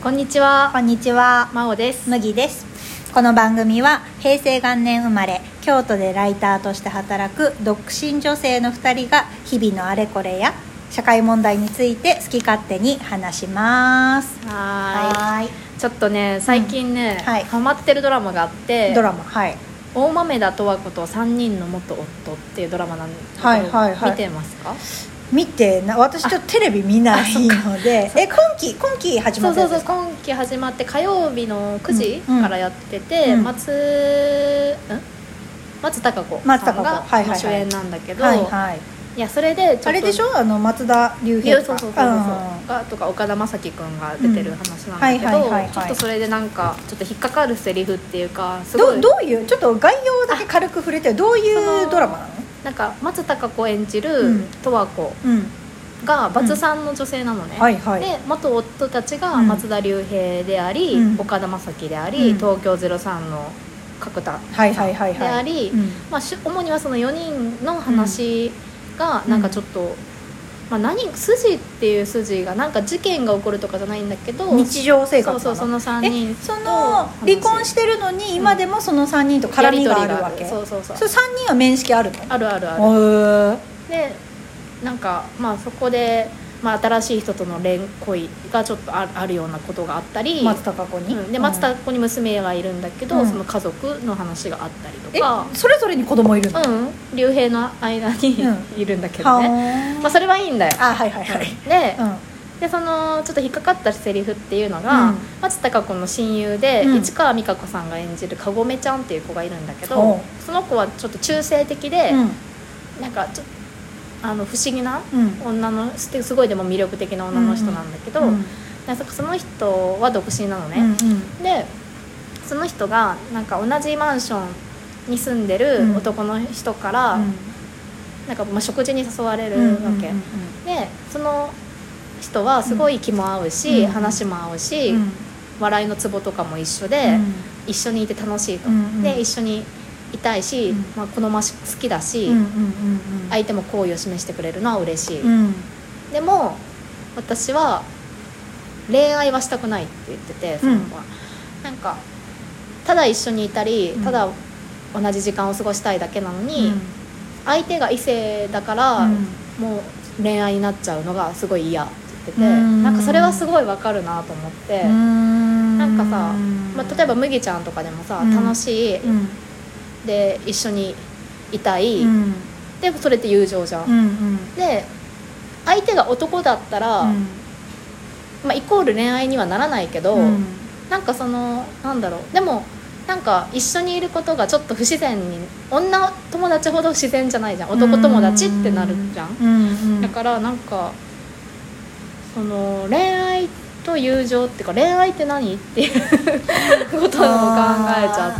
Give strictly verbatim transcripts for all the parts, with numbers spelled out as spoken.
こんにちは。 こんにちは。 まおです。 麦です。この番組は平成元年生まれ、京都でライターとして働く独身女性のふたりが日々のあれこれや社会問題について好き勝手に話します。 はーい。 はーい。 ちょっとね最近ね、 うんはい、 ハマってるドラマがあって、 ドラマ、はい、 大豆田十和子とさんにんの元夫っていうドラマなんですけど、 はいはいはい、 見てますか？ 見てな、私ちょっとテレビ見ないのでえ今期今期始まったやつですか？ そうそうそう、今期始まって火曜日のくじからやってて、 うんうん、 松ん松たか子さんが主演なんだけど、 はいはい、 いやそれでちょっとあれでしょ、あの松田龍平とかそうそうそうそうがとか岡田将生くんが出てる話なんだけど、ちょっとそれでなんかちょっと引っかかるセリフっていうか、すごいど, どういうちょっと概要だけ軽く触れて、どういうドラマなの？ なんか松たか子演じる十和子がバツさんの女性なのね、うんはいはい、で元夫たちが松田龍平であり、うん、岡田将生であり、うん、東京ゼロさんの角田さんであり、まあ、主にはそのよにんの話がなんかちょっと、うんまあ、何筋っていう筋がなんか事件が起こるとかじゃないんだけど、 日常生活なの？ そうそう、そのさんにんとその離婚してるのに今でもそのさんにんと絡みがあるわけ？ そうそうそう。 それさんにんは面識あるの？ あるあるある。でなんかまあそこで、まあ、新しい人との恋恋がちょっとあ る, あるようなことがあったり、 松たか子に、 うん、で松たか子に娘がいるんだけど、うん、その家族の話があったりとか、 えそれぞれに子供いるの？ うん、龍平の間に、うん、いるんだけどね、まあ、それはいいんだよ。 あ、はいはいはい。 で、 うんでそのちょっと引っかかったセリフっていうのが、うん、松たか子の親友で、うん、市川美香子さんが演じるかごめちゃんっていう子がいるんだけど、その子はちょっと中性的で、うん、なんかちょっとあの不思議な女の、うん、すごいでも魅力的な女の人なんだけど、うんうん、その人は独身なのね、うんうん、でその人がなんか同じマンションに住んでる男の人から、うん、なんかまあ食事に誘われるわけ、うんうんうんうん、でその人はすごい気も合うし、うん、話も合うし、うん、笑いのツボとかも一緒で、うん、一緒にいて楽しいと、うんうん、で一緒にいたいし、うんまあ、このまま好きだし、うんうんうんうん、相手も好意を示してくれるのは嬉しい、うん、でも私は恋愛はしたくないって言ってて、その子は、うん、なんかただ一緒にいたり、ただ同じ時間を過ごしたいだけなのに、うん、相手が異性だから、うん、もう恋愛になっちゃうのがすごい嫌って言ってて、うん、なんかそれはすごいわかるなと思って、うん、なんかさ、まあ、例えば麦ちゃんとかでもさ、うん、楽しい、うんで一緒にいたい、うん、でそれって友情じゃん、うんうん、で相手が男だったら、うんまあ、イコール恋愛にはならないけど、うん、なんかそのなんだろう、でもなんか一緒にいることがちょっと不自然に、女友達ほど自然じゃないじゃん、男友達ってなるじゃん、うんうん、だからなんかその恋愛と友情っていうか、恋愛って何っていうことを考えちゃって、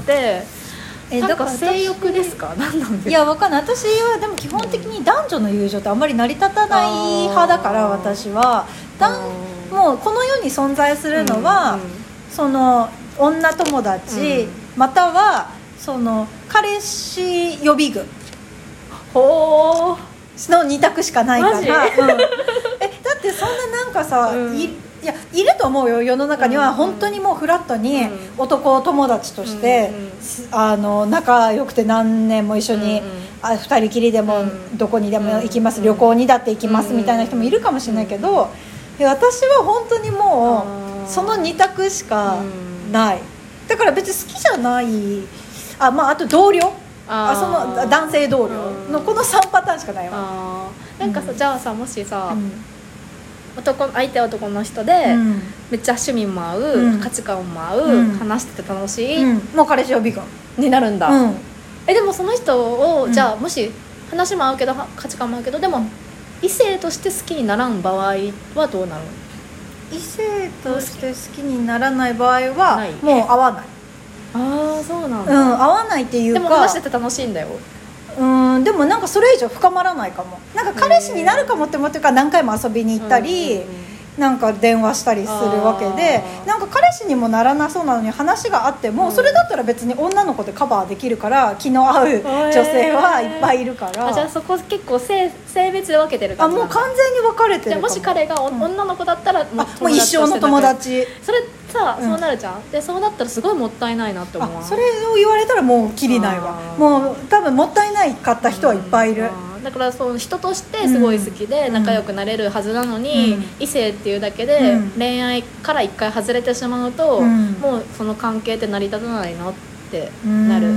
えなんか性欲ですか？何なんですか？ いやわかんない。私はでも基本的に男女の友情ってあんまり成り立たない派だから、私はだんもうこの世に存在するのは、うんうん、その女友達、うん、またはその彼氏予備軍ほーのに択しかないから、うん、えだってそんななんかさ、うんいいやいると思うよ、世の中には。本当にもうフラットに男友達として、うんうん、あの仲良くて何年も一緒に、うんうん、あふたりきりでもどこにでも行きます、うんうん、旅行にだって行きますみたいな人もいるかもしれないけど、うん、私は本当にもうそのに択しかない。だから別に好きじゃないあ、まあ、あと同僚ああその男性同僚のこのさんパターンしかないわ。 あなんかさ、うん、じゃあさもしさ、うん男相手は男の人で、うん、めっちゃ趣味も合う、うん、価値観も合う、うん、話してて楽しい、うん、 もう彼氏予備軍になるんだ、うん、えでもその人を、うん、じゃあもし話も合うけど価値観も合うけどでも異性として好きにならん場合はどうなるの？ 異性として好きにならない場合はもう合わない。 ああそうなんだ、 うん、合わないっていうか、 でも話してて楽しいんだよ。 うんでもなんかそれ以上深まらないかも。なんか彼氏になるかもって思ってるから何回も遊びに行ったり、 なんか電話したりするわけで、なんか彼氏にもならなそうなのに話があっても、うん、それだったら別に女の子でカバーできるから気の合う女性はいっぱいいるから、 あじゃあそこ結構 性, 性別で分けてる感じなんだ。 あもう完全に分かれてる。 じゃあもし彼が、うん、女の子だったらもう, もう一生の友達。 それさ、そうなるじゃん、うん、でそうなったらすごいもったいないなって思う。 それを言われたらもうキリないわ。もう多分もったいないかった人はいっぱいいる、 うん、だからそう人としてすごい好きで仲良くなれるはずなのに、うん、異性っていうだけで恋愛から一回外れてしまうと、うん、もうその関係って成り立たないのってなる、うん、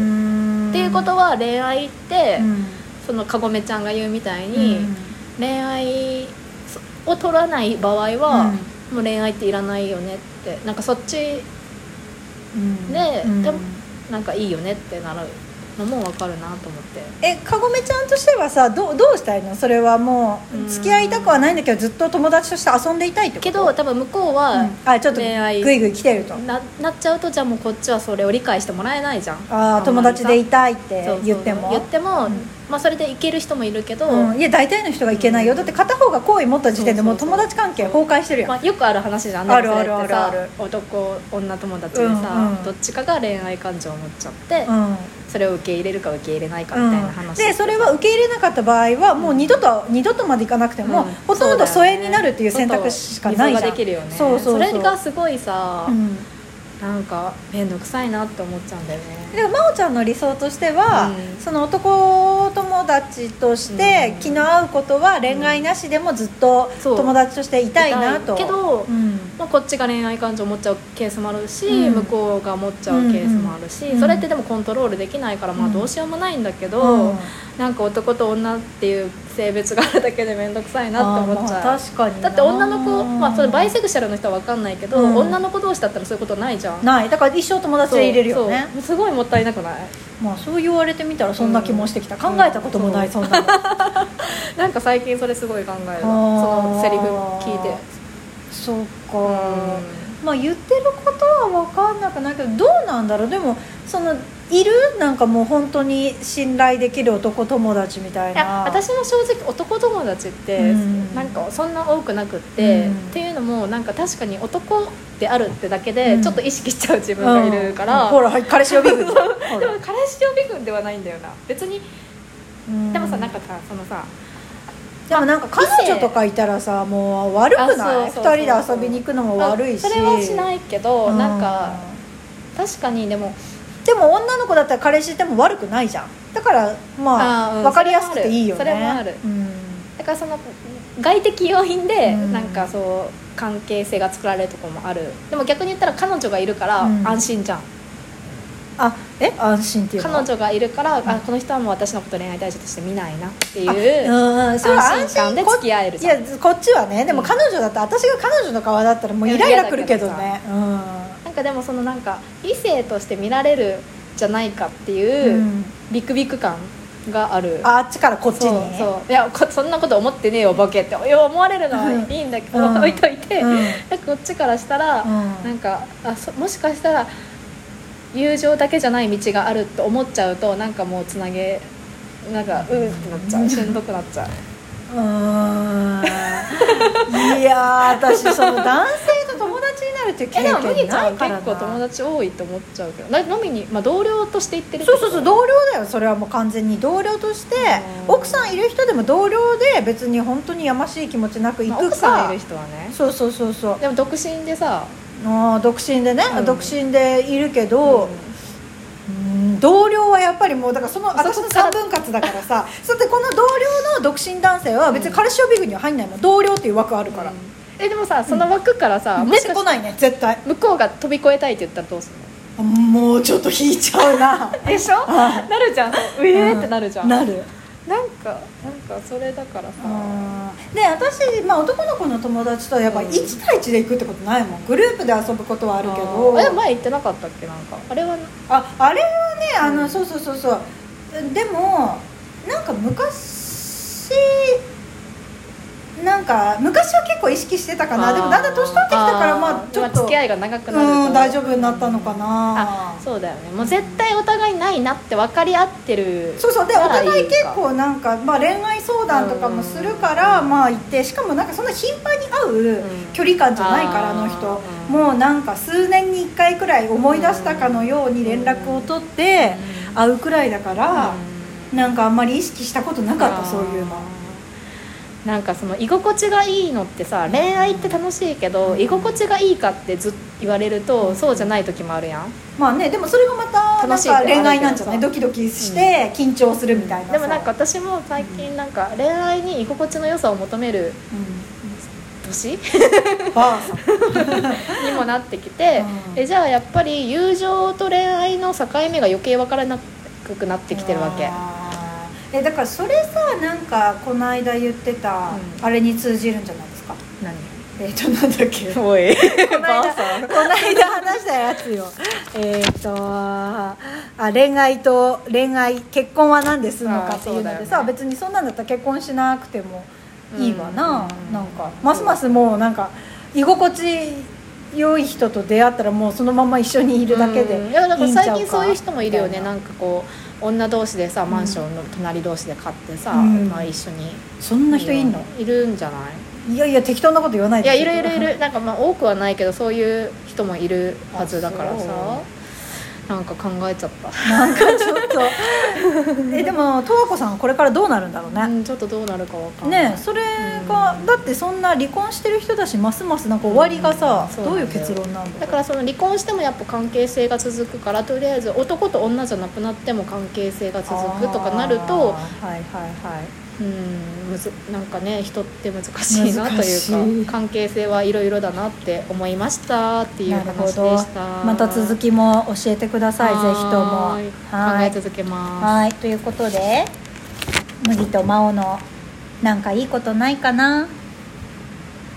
っていうことは恋愛って、うん、そのかごめちゃんが言うみたいに、うん、恋愛を取らない場合は、うん、もう恋愛っていらないよねって、なんかそっちで、うん、でもなんかいいよねってなるのも分かるなと思って。 えかごめちゃんとしてはさ ど, どうしたいの？それはもう付き合いたくはないんだけどずっと友達として遊んでいたいってこと？ けど多分向こうは、うん、 あちょっとグイグイ来てるとな, なっちゃうと、じゃあもうこっちはそれを理解してもらえないじゃん。 あ友達でいたいって言ってもそうそう言っても、うんまあ、それでいける人もいるけど、 うん、いや大体の人がいけないよ、うん、だって片方が好意持った時点でもう友達関係崩壊してるやん。 まあ、よくある話じゃん。 あるあるあるある。 男女友達でさ、うんうん、どっちかが恋愛感情を持っちゃって、うん、それを受け入れるか受け入れないかみたいな話、うん、 でそれは受け入れなかった場合はもう二度と、うん、二度とまでいかなくても、うん、ほとんど疎遠になるっていう選択肢しかないじゃん。 溝ができるよね。 そうそうそう、 それがすごいさ、うんなんか面倒くさいなって思っちゃうんだよね。 でも真央ちゃんの理想としては、うん、その男友達として気の合うことは恋愛なしでもずっと友達としていたいなと、 けど、うんまあ、こっちが恋愛感情を持っちゃうケースもあるし、うん、向こうが持っちゃうケースもあるし、うん、それってでもコントロールできないから、まあ、どうしようもないんだけど、うん、なんか男と女っていう性別があるだけで面倒くさいなって思っちゃう。 まあ、確かにだって女の子、まあ、それバイセクシャルの人は分かんないけど、うん、女の子同士だったらそういうことないじゃん。 ないだから一生友達で入れるよね。 そうそうすごいもったいなくない？ まあそう言われてみたらそんな気もしてきた、うん、考えたこともない、うん、そんなのなんか最近それすごい考えるそのセリフ聞いて。 そうか、うん、まあ言ってることは分かんなくないけどどうなんだろう。でもそのいるなんかもう本当に信頼できる男友達みたいな。いや私も正直男友達ってなんかそんな多くなくって、うん、っていうのもなんか確かに男であるってだけでちょっと意識しちゃう自分がいるから、 うんうん、ほら彼氏予備軍でも彼氏予備軍ではないんだよな別に、うん、でもさなんかさそのさでもなんか彼女とかいたらさもう悪くない？ふたりで遊びに行くのも悪いし。 それはしないけど、うん、なんか確かにでもでも女の子だったら彼氏いても悪くないじゃん。だからまあ、うん、分かりやすくていいよね。 それもある、うん、だからその外的要因でなんかそう関係性が作られるところもある。でも逆に言ったら彼女がいるから安心じゃん、うん、 あえ安心っていうのは彼女がいるから、うん、あこの人はもう私のこと恋愛対象として見ないなっていう安心感で付き合えるじゃん。 いやこっちはねでも彼女だったら、うん、私が彼女の側だったらもうイライラくるけどね。うん、 なんかでもそのなんか異性として見られるじゃないかっていうビクビク感がある。 あ, あっちからこっちにそうそういやそんなこと思ってねえよボケって思われるのはいいんだけど、うん、置いといて、うん、なんかこっちからしたら、うん、なんかあそもしかしたら友情だけじゃない道があると思っちゃうとなんかもうつなげなんかうーってなっちゃうしんどくなっちゃう。 うーんいや私その男性と友達になるっていう経験ないからな。 麦ちゃん結構友達多いと思っちゃうけど飲みに、まあ、同僚として行ってるってそうそうそう同僚だよ。それはもう完全に同僚として奥さんいる人でも同僚で別に本当にやましい気持ちなく行くか、まあ、 奥さんいる人はねそうそうそうそうでも独身でさあ独身でね、うん、独身でいるけど、うんうん同僚はやっぱりもうだからその私のさんぶん割だからさそしてこの同僚の独身男性は別に彼氏予備軍には入んないもん。同僚っていう枠あるから、うん、 えでもさその枠からさ、 うん、出てこないね絶対。 向こうが飛び越えたいって言ったらどうするの？ もうちょっと引いちゃうなでしょなるじゃんうえーってなるじゃん、 うん、なるなんかなんかそれだからさで私、まあ、男の子の友達とやっぱいち対いちで行くってことないもん。グループで遊ぶことはあるけどあ前行ってなかったっけなんかあれはああれはねあの、うん、そうそうそうそうでもなんか昔なんか昔は結構意識してたかな。でもだんだん年取ってきたからまあちょっと付き合いが長くなるから、 うん、大丈夫になったのかな。 あ、そうだよね。もう絶対お互いないなって分かり合ってる。 そうそう。でお互い結構なんか、まあ、恋愛相談とかもするから、まあ行って、しかもなんかそんな頻繁に会う距離感じゃないから、あの人もうなんか数年にいっかいくらい思い出したかのように連絡を取って会うくらいだから、なんかあんまり意識したことなかった、そういうの。 なんかその居心地がいいのってさ、恋愛って楽しいけど、うん、居心地がいいかってずっと言われると、うん、そうじゃない時もあるやん。まあね、でもそれがまたなんか恋愛なんじゃない？ドキドキして緊張するみたいな、うん、 でもなんか私も最近なんか恋愛に居心地の良さを求める年、うん、にもなってきて、うん、えじゃあやっぱり友情と恋愛の境目が余計分からなくなってきてるわけ。 えだからそれさ、なんかこの間言ってた、うん、あれに通じるんじゃないですか。 何？ えっとなんだっけ、 おいこの間この間話したやつよ。えっとあ恋愛と恋愛結婚は何ですのかっていうのでさ、ね、別にそんなんだったら結婚しなくてもいいわな、うん、なんかますますもうなんか居心地良い人と出会ったらもうそのまま一緒にいるだけでいいんちゃうか。 うん、いやなんか最近そういう人もいるよね。なんかこう女同士でさ、マンションの隣同士で買ってさ、うん、まあ、一緒に。 そんな人いんの？ いるんじゃない？ いやいや適当なこと言わないで。 いやいるいるいる。なんかまあ多くはないけどそういう人もいるはずだからさ、なんか考えちゃった。 なんかちょっとえでも十和子さんはこれからどうなるんだろうね。 うん、ちょっとどうなるかわかんないね。それが、うん、だってそんな離婚してる人だし、ますますなんか終わりがさ、うん、どういう結論なんだろう。 だからその離婚してもやっぱ関係性が続くから、とりあえず男と女じゃなくなっても関係性が続くとかなると、 はいはいはい、 うん、むずなんかね、人って難しいなというか、関係性はいろいろだなって思いましたっていう話でした。 また続きも教えてください、ぜひとも。 考え続けます。 はい、ということで麦と真央のなんかいいことないかな。